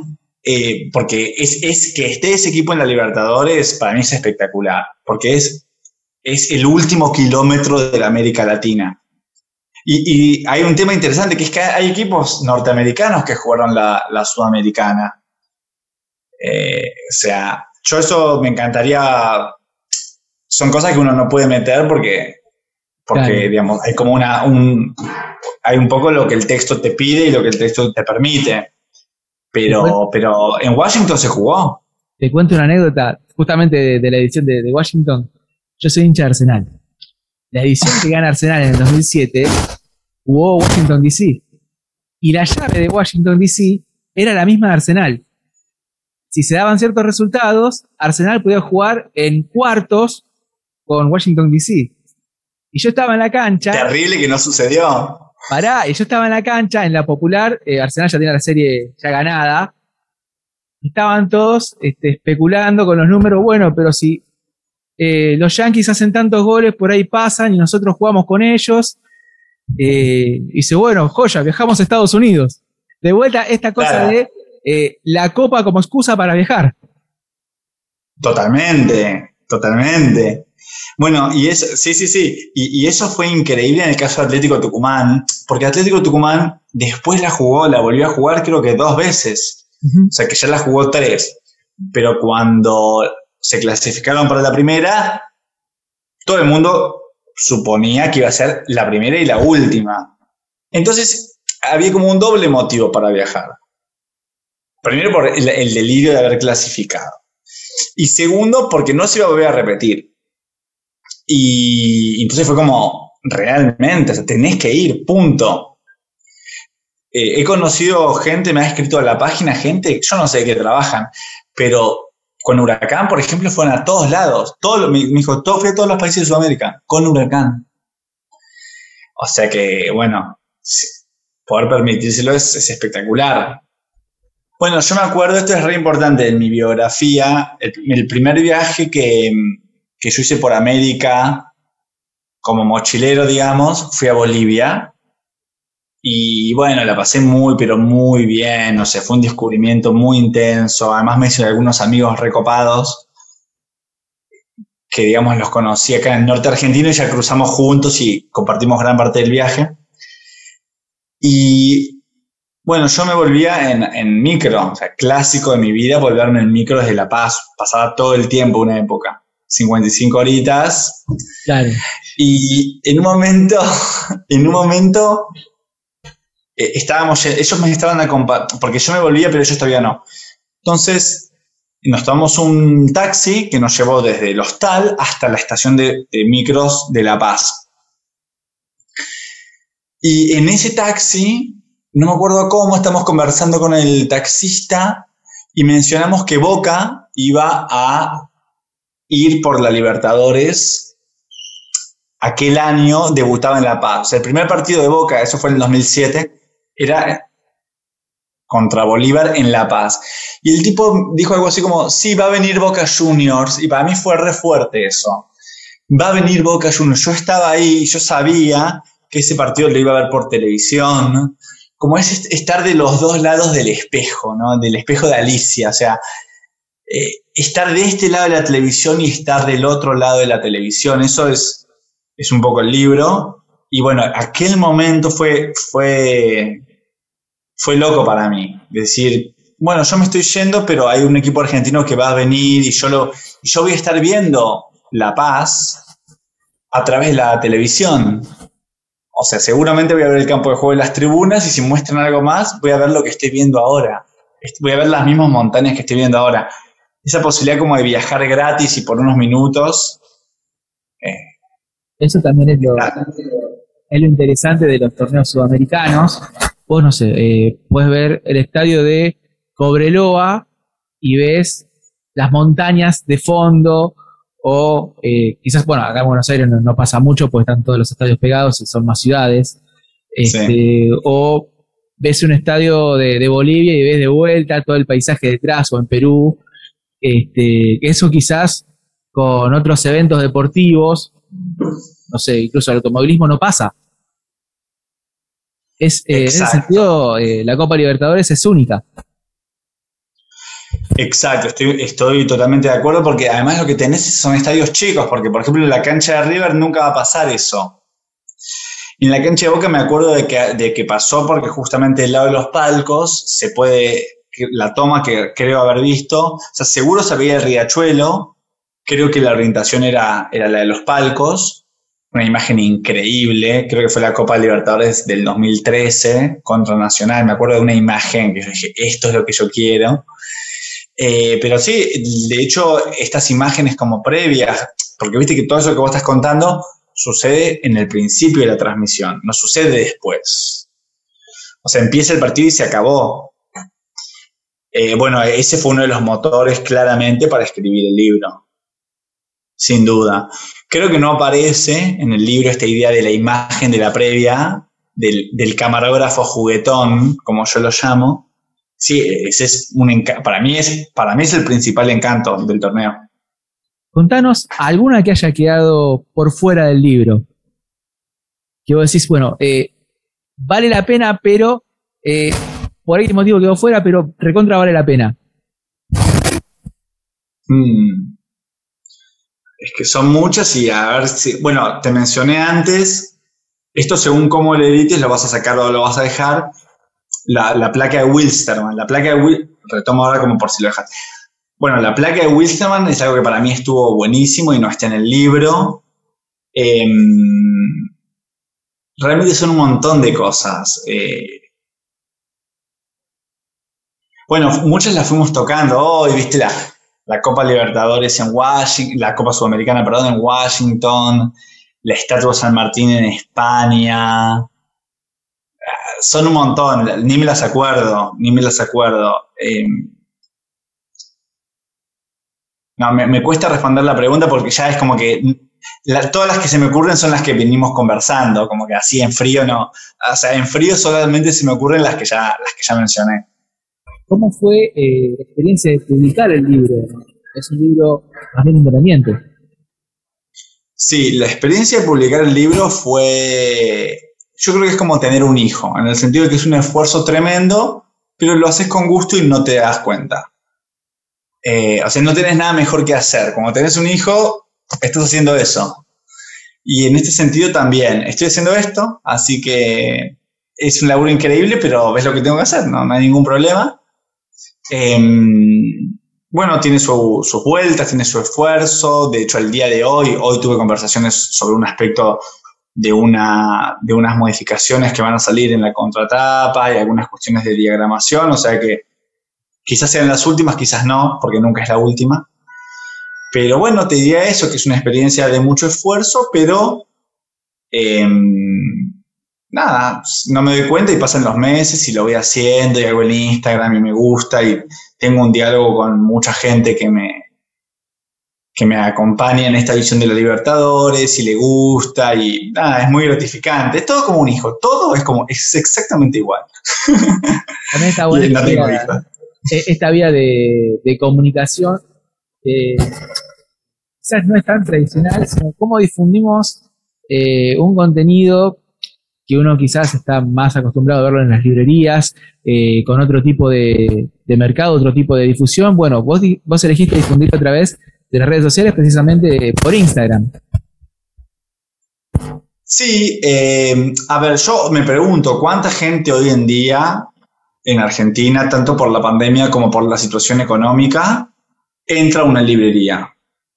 eh, porque es, es que esté ese equipo en la Libertadores, para mí es espectacular, porque es, es el último kilómetro de la América Latina. Y, y hay un tema interesante, que es que hay equipos norteamericanos que jugaron la, la Sudamericana. Eh, o sea, yo eso me encantaría. Son cosas que uno no puede meter porque, porque claro, digamos, hay como una, un, hay un poco lo que el texto te pide y lo que el texto te permite. Pero, pero en Washington se jugó. Te cuento una anécdota justamente de, de la edición de, de Washington. Yo soy hincha de Arsenal. La edición que gana Arsenal en el dos mil siete jugó Washington D C. Y la llave de Washington D C era la misma de Arsenal. Si se daban ciertos resultados, Arsenal podía jugar en cuartos con Washington D C. Y yo estaba en la cancha. Terrible que no sucedió. Pará, y yo estaba en la cancha, en la popular, eh, Arsenal ya tenía la serie ya ganada. Estaban todos este, especulando con los números, bueno, pero si eh, los Yankees hacen tantos goles, por ahí pasan y nosotros jugamos con ellos. Eh, y dice, bueno, joya, viajamos a Estados Unidos. De vuelta, esta cosa claro. de eh, la copa como excusa para viajar. Totalmente, totalmente. Bueno, y eso, sí, sí, sí, y, y eso fue increíble en el caso de Atlético Tucumán, porque Atlético Tucumán después la jugó, la volvió a jugar creo que dos veces, uh-huh. O sea que ya la jugó tres, pero cuando se clasificaron para la primera, todo el mundo suponía que iba a ser la primera y la última. Entonces había como un doble motivo para viajar. Primero por el, el delirio de haber clasificado, y segundo porque no se iba a volver a repetir. Y entonces fue como, realmente, o sea, tenés que ir, punto. Eh, he conocido gente, me ha escrito a la página, gente, yo no sé de qué trabajan, pero con Huracán, por ejemplo, fueron a todos lados. Todo, me, me dijo, todo, fui a todos los países de Sudamérica, con Huracán. O sea que, bueno, poder permitírselo es, es espectacular. Bueno, yo me acuerdo, esto es re importante en mi biografía, el, el primer viaje que... que yo hice por América como mochilero, digamos, fui a Bolivia y bueno, la pasé muy, pero muy bien, o sea, fue un descubrimiento muy intenso, además me hice algunos amigos recopados que, digamos, los conocí acá en el norte argentino y ya cruzamos juntos y compartimos gran parte del viaje. Y bueno, yo me volvía en, en micro, o sea, clásico de mi vida, volverme en micro desde La Paz, pasaba todo el tiempo una época. cincuenta y cinco horitas. Claro. Y en un momento, en un momento, eh, estábamos, ellos me estaban acompañando, porque yo me volvía, pero ellos todavía no. Entonces, nos tomamos un taxi que nos llevó desde el hostal hasta la estación de, de micros de La Paz. Y en ese taxi, no me acuerdo cómo, estamos conversando con el taxista y mencionamos que Boca iba a ir por la Libertadores. Aquel año debutaba en La Paz. O sea, el primer partido de Boca, eso fue en el dos mil siete, era contra Bolívar en La Paz. Y el tipo dijo algo así como, sí, va a venir Boca Juniors. Y para mí fue re fuerte eso. Va a venir Boca Juniors. Yo estaba ahí y yo sabía que ese partido lo iba a ver por televisión, ¿no? Como es estar de los dos lados del espejo, ¿no? Del espejo de Alicia. O sea, Eh, estar de este lado de la televisión y estar del otro lado de la televisión, eso es, es un poco el libro. Y bueno, aquel momento fue, fue, fue loco para mí, decir, bueno, yo me estoy yendo, pero hay un equipo argentino que va a venir y yo, lo, yo voy a estar viendo La Paz a través de la televisión. O sea, seguramente voy a ver el campo de juego de las tribunas y si muestran algo más, voy a ver lo que estoy viendo ahora. Voy a ver las mismas montañas que estoy viendo ahora. Esa posibilidad como de viajar gratis y por unos minutos. Eh, Eso también es lo, es lo interesante de los torneos sudamericanos. Vos, no sé, eh, puedes ver el estadio de Cobreloa y ves las montañas de fondo, o eh, quizás, bueno, acá en Buenos Aires no, no pasa mucho porque están todos los estadios pegados y son más ciudades. Este, sí. O ves un estadio de, de Bolivia y ves de vuelta todo el paisaje detrás, o en Perú. Este, eso quizás con otros eventos deportivos, no sé, incluso el automovilismo no pasa. Es, eh, en ese sentido, eh, la Copa Libertadores es única. Exacto, estoy, estoy totalmente de acuerdo porque además lo que tenés son estadios chicos, porque por ejemplo en la cancha de River nunca va a pasar eso. En la cancha de Boca me acuerdo de que, de que pasó porque justamente del lado de los palcos se puede, la toma que creo haber visto, o sea, seguro se veía el riachuelo, creo que la orientación era, era la de los palcos, una imagen increíble, creo que fue la Copa Libertadores del dos mil trece contra Nacional, me acuerdo de una imagen que yo dije, esto es lo que yo quiero. Eh, pero sí, de hecho, estas imágenes como previas, porque viste que todo eso que vos estás contando sucede en el principio de la transmisión, no sucede después. O sea, empieza el partido y se acabó. Eh, bueno, ese fue uno de los motores claramente para escribir el libro, sin duda. Creo que no aparece en el libro esta idea de la imagen de la previa, del, del camarógrafo juguetón, como yo lo llamo. Sí, ese es un enc- para mí es para mí es el principal encanto del torneo. Contanos alguna que haya quedado por fuera del libro. Que vos decís, bueno, eh, vale la pena, pero eh, por ahí motivo quedó fuera, pero recontra vale la pena. Hmm. Es que son muchas y a ver si... Bueno, te mencioné antes, esto según cómo lo edites lo vas a sacar o lo vas a dejar, la, la placa de Wilstermann. La placa de Wil- retomo ahora como por si lo dejas. Bueno, la placa de Wilstermann es algo que para mí estuvo buenísimo y no está en el libro. Eh, realmente son un montón de cosas. Eh, bueno, muchas las fuimos tocando hoy, viste la, la Copa Libertadores en Washington, la Copa Sudamericana, perdón, en Washington, la Estatua de San Martín en España. Son un montón, ni me las acuerdo, ni me las acuerdo. Eh, no, me, me cuesta responder la pregunta porque ya es como que la, todas las que se me ocurren son las que venimos conversando, como que así en frío no. O sea, en frío solamente se me ocurren las que ya, las que ya mencioné. ¿Cómo fue eh, la experiencia de publicar el libro? Es un libro también independiente. Sí, la experiencia de publicar el libro fue... Yo creo que es como tener un hijo, en el sentido de que es un esfuerzo tremendo, pero lo haces con gusto y no te das cuenta. Eh, o sea, no tenés nada mejor que hacer. Cuando tenés un hijo, estás haciendo eso. Y en este sentido también, estoy haciendo esto, así que es un laburo increíble, pero ves lo que tengo que hacer, no, no hay ningún problema. Eh, bueno, tiene su, sus vueltas, tiene su esfuerzo. De hecho, el día de hoy, hoy tuve conversaciones sobre un aspecto de, una, de unas modificaciones que van a salir en la contratapa y algunas cuestiones de diagramación, o sea que quizás sean las últimas, quizás no, porque nunca es la última. Pero bueno, te diría eso, que es una experiencia de mucho esfuerzo, pero eh, nada, no me doy cuenta y pasan los meses y lo voy haciendo y hago el Instagram y me gusta y tengo un diálogo con mucha gente que me, que me acompaña en esta visión de los Libertadores y le gusta y nada, es muy gratificante. Es todo como un hijo, todo es como, es exactamente igual. También está buena esta vía, esta vía de, de comunicación. Eh, quizás no es tan tradicional, sino cómo difundimos eh, un contenido que uno quizás está más acostumbrado a verlo en las librerías, eh, con otro tipo de, de mercado, otro tipo de difusión. Bueno, vos, vos elegiste difundirlo a través de las redes sociales, precisamente por Instagram. Sí, eh, a ver, yo me pregunto, ¿cuánta gente hoy en día en Argentina, tanto por la pandemia como por la situación económica, entra a una librería?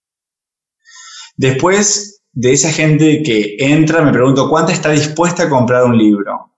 Después de esa gente que entra, me pregunto, ¿cuánta está dispuesta a comprar un libro?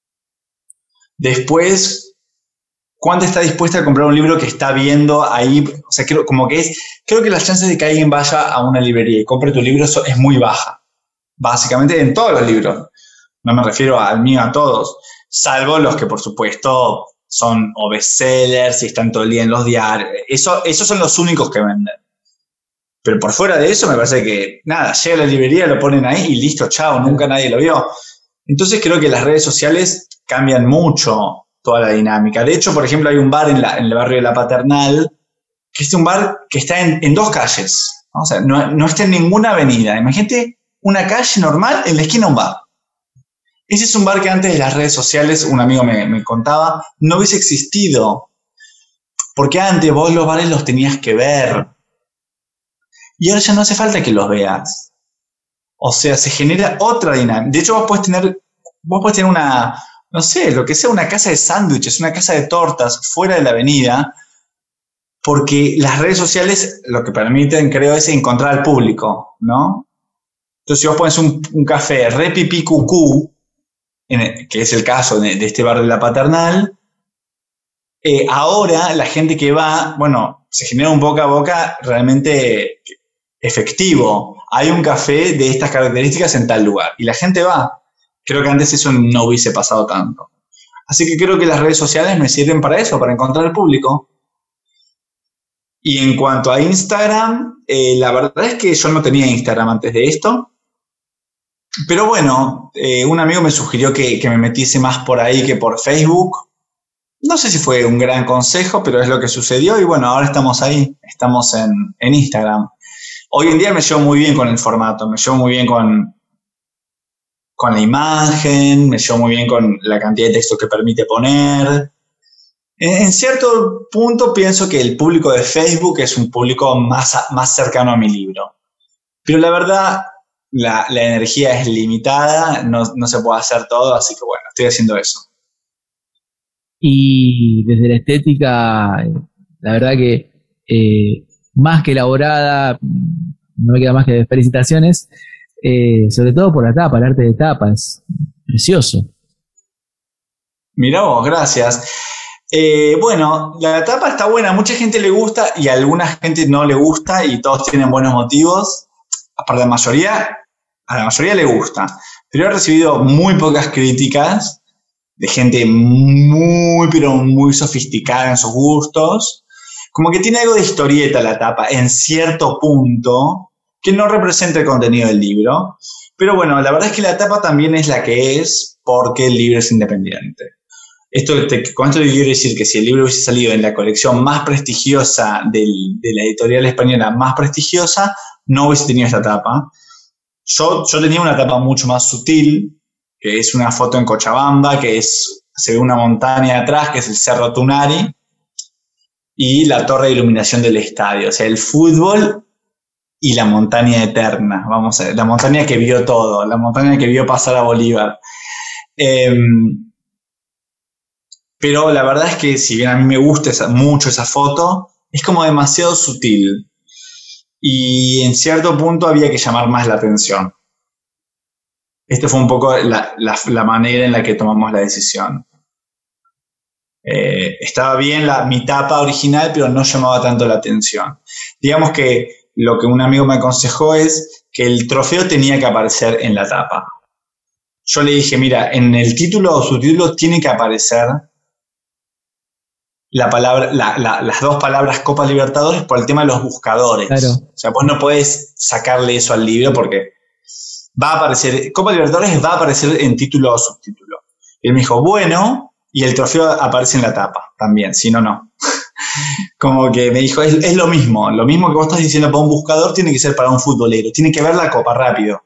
Después, ¿cuánta está dispuesta a comprar un libro que está viendo ahí? O sea, creo, como que es, creo que las chances de que alguien vaya a una librería y compre tu libro es muy baja. Básicamente en todos los libros. No me refiero al mío, a todos. Salvo los que, por supuesto, son o bestsellers y están todo el día en los diarios. Eso, esos son los únicos que venden. Pero por fuera de eso me parece que, nada, llega a la librería, lo ponen ahí y listo, chao, nunca nadie lo vio. Entonces creo que las redes sociales cambian mucho toda la dinámica. De hecho, por ejemplo, hay un bar en, la, en el barrio de La Paternal, que es un bar que está en, en dos calles, ¿no? O sea, no, no está en ninguna avenida. Imagínate una calle normal, en la esquina un bar. Ese es un bar que antes de las redes sociales, un amigo me, me contaba, no hubiese existido. Porque antes vos los bares los tenías que ver. Y ahora ya no hace falta que los veas. O sea, se genera otra dinámica. De hecho, vos podés tener, vos podés tener una, no sé, lo que sea, una casa de sándwiches, una casa de tortas fuera de la avenida, porque las redes sociales lo que permiten, creo, es encontrar al público, ¿no? Entonces, si vos pones un, un café re pipí cucú, en el, que es el caso de, de este bar de la Paternal, eh, ahora la gente que va, bueno, se genera un boca a boca realmente efectivo. Hay un café de estas características en tal lugar y la gente va. Creo que antes eso no hubiese pasado tanto. Así que creo que las redes sociales me sirven para eso, para encontrar al público. Y en cuanto a Instagram, eh, la verdad es que yo no tenía Instagram antes de esto. Pero bueno, eh, un amigo me sugirió que, que me metiese más por ahí que por Facebook. No sé si fue un gran consejo, pero es lo que sucedió. Y bueno, ahora estamos ahí, estamos en, en Instagram. Hoy en día me llevo muy bien con el formato, me llevo muy bien con, con la imagen, me llevo muy bien con la cantidad de texto que permite poner. En, en cierto punto pienso que el público de Facebook es un público más, más cercano a mi libro. Pero la verdad, la, la energía es limitada, no, no se puede hacer todo, así que bueno, estoy haciendo eso. Y desde la estética, la verdad que eh, más que elaborada, no me queda más que felicitaciones, eh, sobre todo por la tapa, el arte de tapa, es precioso. Mirá vos, gracias. Eh, bueno, la tapa está buena, a mucha gente le gusta y a alguna gente no le gusta y todos tienen buenos motivos. Para la mayoría, a la mayoría le gusta, pero he recibido muy pocas críticas de gente muy, pero muy sofisticada en sus gustos. Como que tiene algo de historieta la tapa, en cierto punto, que no representa el contenido del libro. Pero bueno, la verdad es que la tapa también es la que es porque el libro es independiente. Esto te, con esto quiero decir que si el libro hubiese salido en la colección más prestigiosa del, de la editorial española más prestigiosa, no hubiese tenido esta tapa. Yo, yo tenía una tapa mucho más sutil, que es una foto en Cochabamba, que es, se ve una montaña atrás, que es el Cerro Tunari, y la torre de iluminación del estadio. O sea, el fútbol y la montaña eterna. Vamos a ver, la montaña que vio todo, la montaña que vio pasar a Bolívar. Eh, pero la verdad es que si bien a mí me gusta esa, mucho esa foto, es como demasiado sutil. Y en cierto punto había que llamar más la atención. Esta fue un poco la, la, la manera en la que tomamos la decisión. Eh, estaba bien la, mi tapa original, pero no llamaba tanto la atención. Digamos que lo que un amigo me aconsejó es que el trofeo tenía que aparecer en la tapa. Yo le dije, mira, en el título o subtítulo tiene que aparecer la palabra, la, la, las dos palabras Copa Libertadores por el tema de los buscadores. Claro. O sea, vos no podés sacarle eso al libro porque va a aparecer, Copa Libertadores va a aparecer en título o subtítulo. Y él me dijo, bueno, y el trofeo aparece en la tapa también, si no, no. Como que me dijo, es, es lo mismo, lo mismo que vos estás diciendo para un buscador tiene que ser para un futbolero, tiene que ver la copa rápido.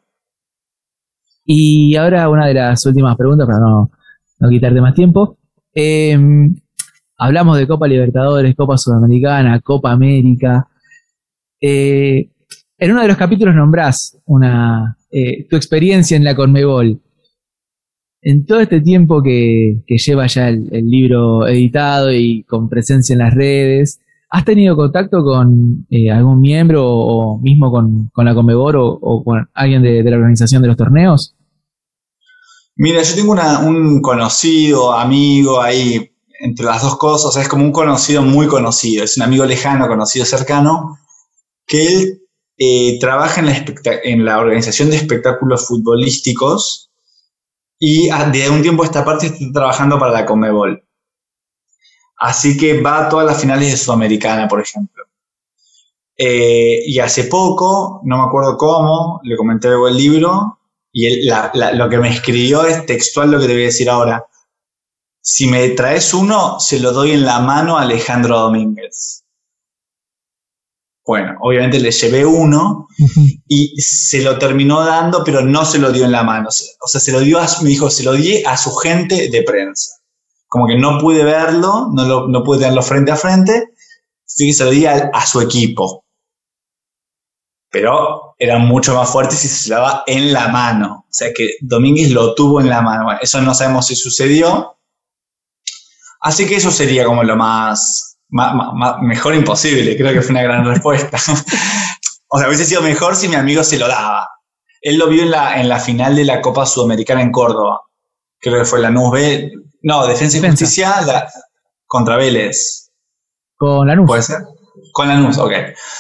Y ahora una de las últimas preguntas para no, no quitarte más tiempo. Eh, hablamos de Copa Libertadores, Copa Sudamericana, Copa América. Eh, en uno de los capítulos nombrás una, eh, tu experiencia en la Conmebol. En todo este tiempo que, que lleva ya el, el libro editado y con presencia en las redes, ¿has tenido contacto con eh, algún miembro o, o mismo con, con la Conmebol o, o con alguien de, de la organización de los torneos? Mira, yo tengo una, un conocido, amigo ahí, entre las dos cosas, o sea, es como un conocido muy conocido, es un amigo lejano, conocido cercano, que él eh, trabaja en la, en la organización de espectáculos futbolísticos y de un tiempo a esta parte está trabajando para la Conmebol. Así que va a todas las finales de Sudamericana, por ejemplo. Eh, y hace poco, no me acuerdo cómo, le comenté algo del libro y él, la, la, lo que me escribió es textual lo que te voy a decir ahora. Si me traes uno, se lo doy en la mano a Alejandro Domínguez. Bueno, obviamente le llevé uno y se lo terminó dando, pero no se lo dio en la mano. O sea, se lo dio a, me dijo, se lo di a su gente de prensa. Como que no pude verlo, no, lo, no pude tenerlo frente a frente, así que se lo di a, a su equipo. Pero eran mucho más fuertes y se lo daba en la mano. O sea que Domínguez lo tuvo en la mano. Bueno, eso no sabemos si sucedió. Así que eso sería como lo más, más, más mejor imposible. Creo que fue una gran respuesta. O sea, hubiese sido mejor si mi amigo se lo daba. Él lo vio en la, en la final de la Copa Sudamericana en Córdoba. Creo que fue Lanús B. No, Defensa y Defensa. Justicia la, contra Vélez. Con Lanús. ¿Puede ser? Con Lanús, ok.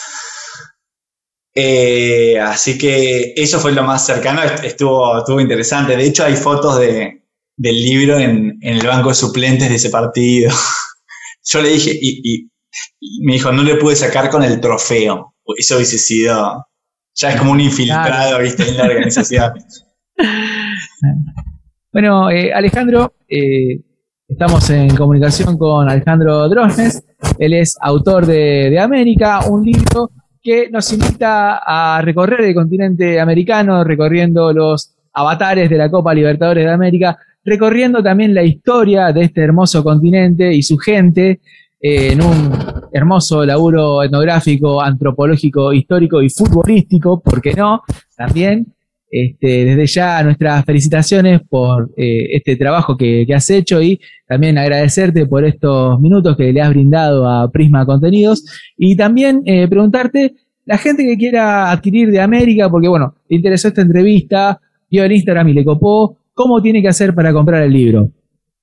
Eh, así que eso fue lo más cercano, estuvo, estuvo interesante. De hecho, hay fotos de, del libro en, en el banco de suplentes de ese partido. Yo le dije, y, y, y me dijo, no le pude sacar con el trofeo. Eso hubiese sido, ya es como un infiltrado, claro, ¿viste? En la organización. Bueno, eh, Alejandro, eh, estamos en comunicación con Alejandro Drosnes. Él es autor de, de América, un libro que nos invita a recorrer el continente americano, recorriendo los avatares de la Copa Libertadores de América, recorriendo también la historia de este hermoso continente y su gente, eh, en un hermoso laburo etnográfico, antropológico, histórico y futbolístico, ¿por qué no? También, este, desde ya nuestras felicitaciones por eh, este trabajo que, que has hecho y también agradecerte por estos minutos que le has brindado a Prisma Contenidos y también eh, preguntarte, la gente que quiera adquirir de América, porque bueno, le interesó esta entrevista, vio el Instagram y le copó, ¿cómo tiene que hacer para comprar el libro?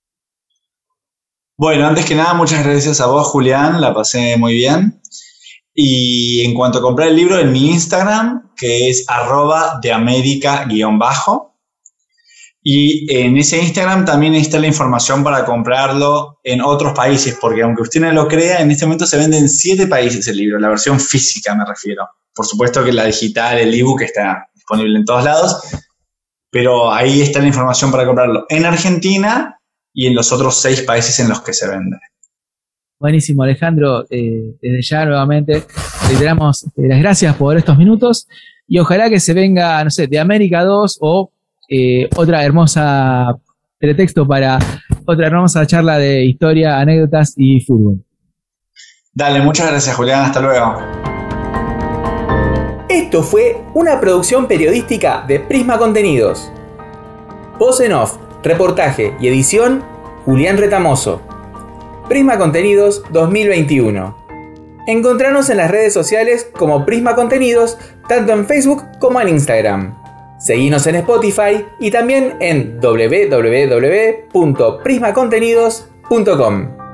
Bueno, antes que nada, muchas gracias a vos, Julián, la pasé muy bien. Y en cuanto a comprar el libro, en mi Instagram, que es arroba de América guión bajo. Y en ese Instagram también está la información para comprarlo en otros países, porque aunque usted no lo crea, en este momento se vende en siete países el libro, la versión física me refiero. Por supuesto que la digital, el ebook está disponible en todos lados, pero ahí está la información para comprarlo en Argentina y en los otros seis países en los que se vende. Buenísimo, Alejandro. Eh, desde ya nuevamente te damos las gracias por estos minutos y ojalá que se venga, no sé, de América dos o eh, otra hermosa pretexto para otra hermosa charla de historia, anécdotas y fútbol. Dale, muchas gracias, Julián. Hasta luego. Esto fue una producción periodística de Prisma Contenidos. Voz en off, reportaje y edición, Julián Retamoso. Prisma Contenidos dos mil veintiuno. Encontranos en las redes sociales como Prisma Contenidos, tanto en Facebook como en Instagram. Seguinos en Spotify y también en doble u doble u doble u punto prisma contenidos punto com.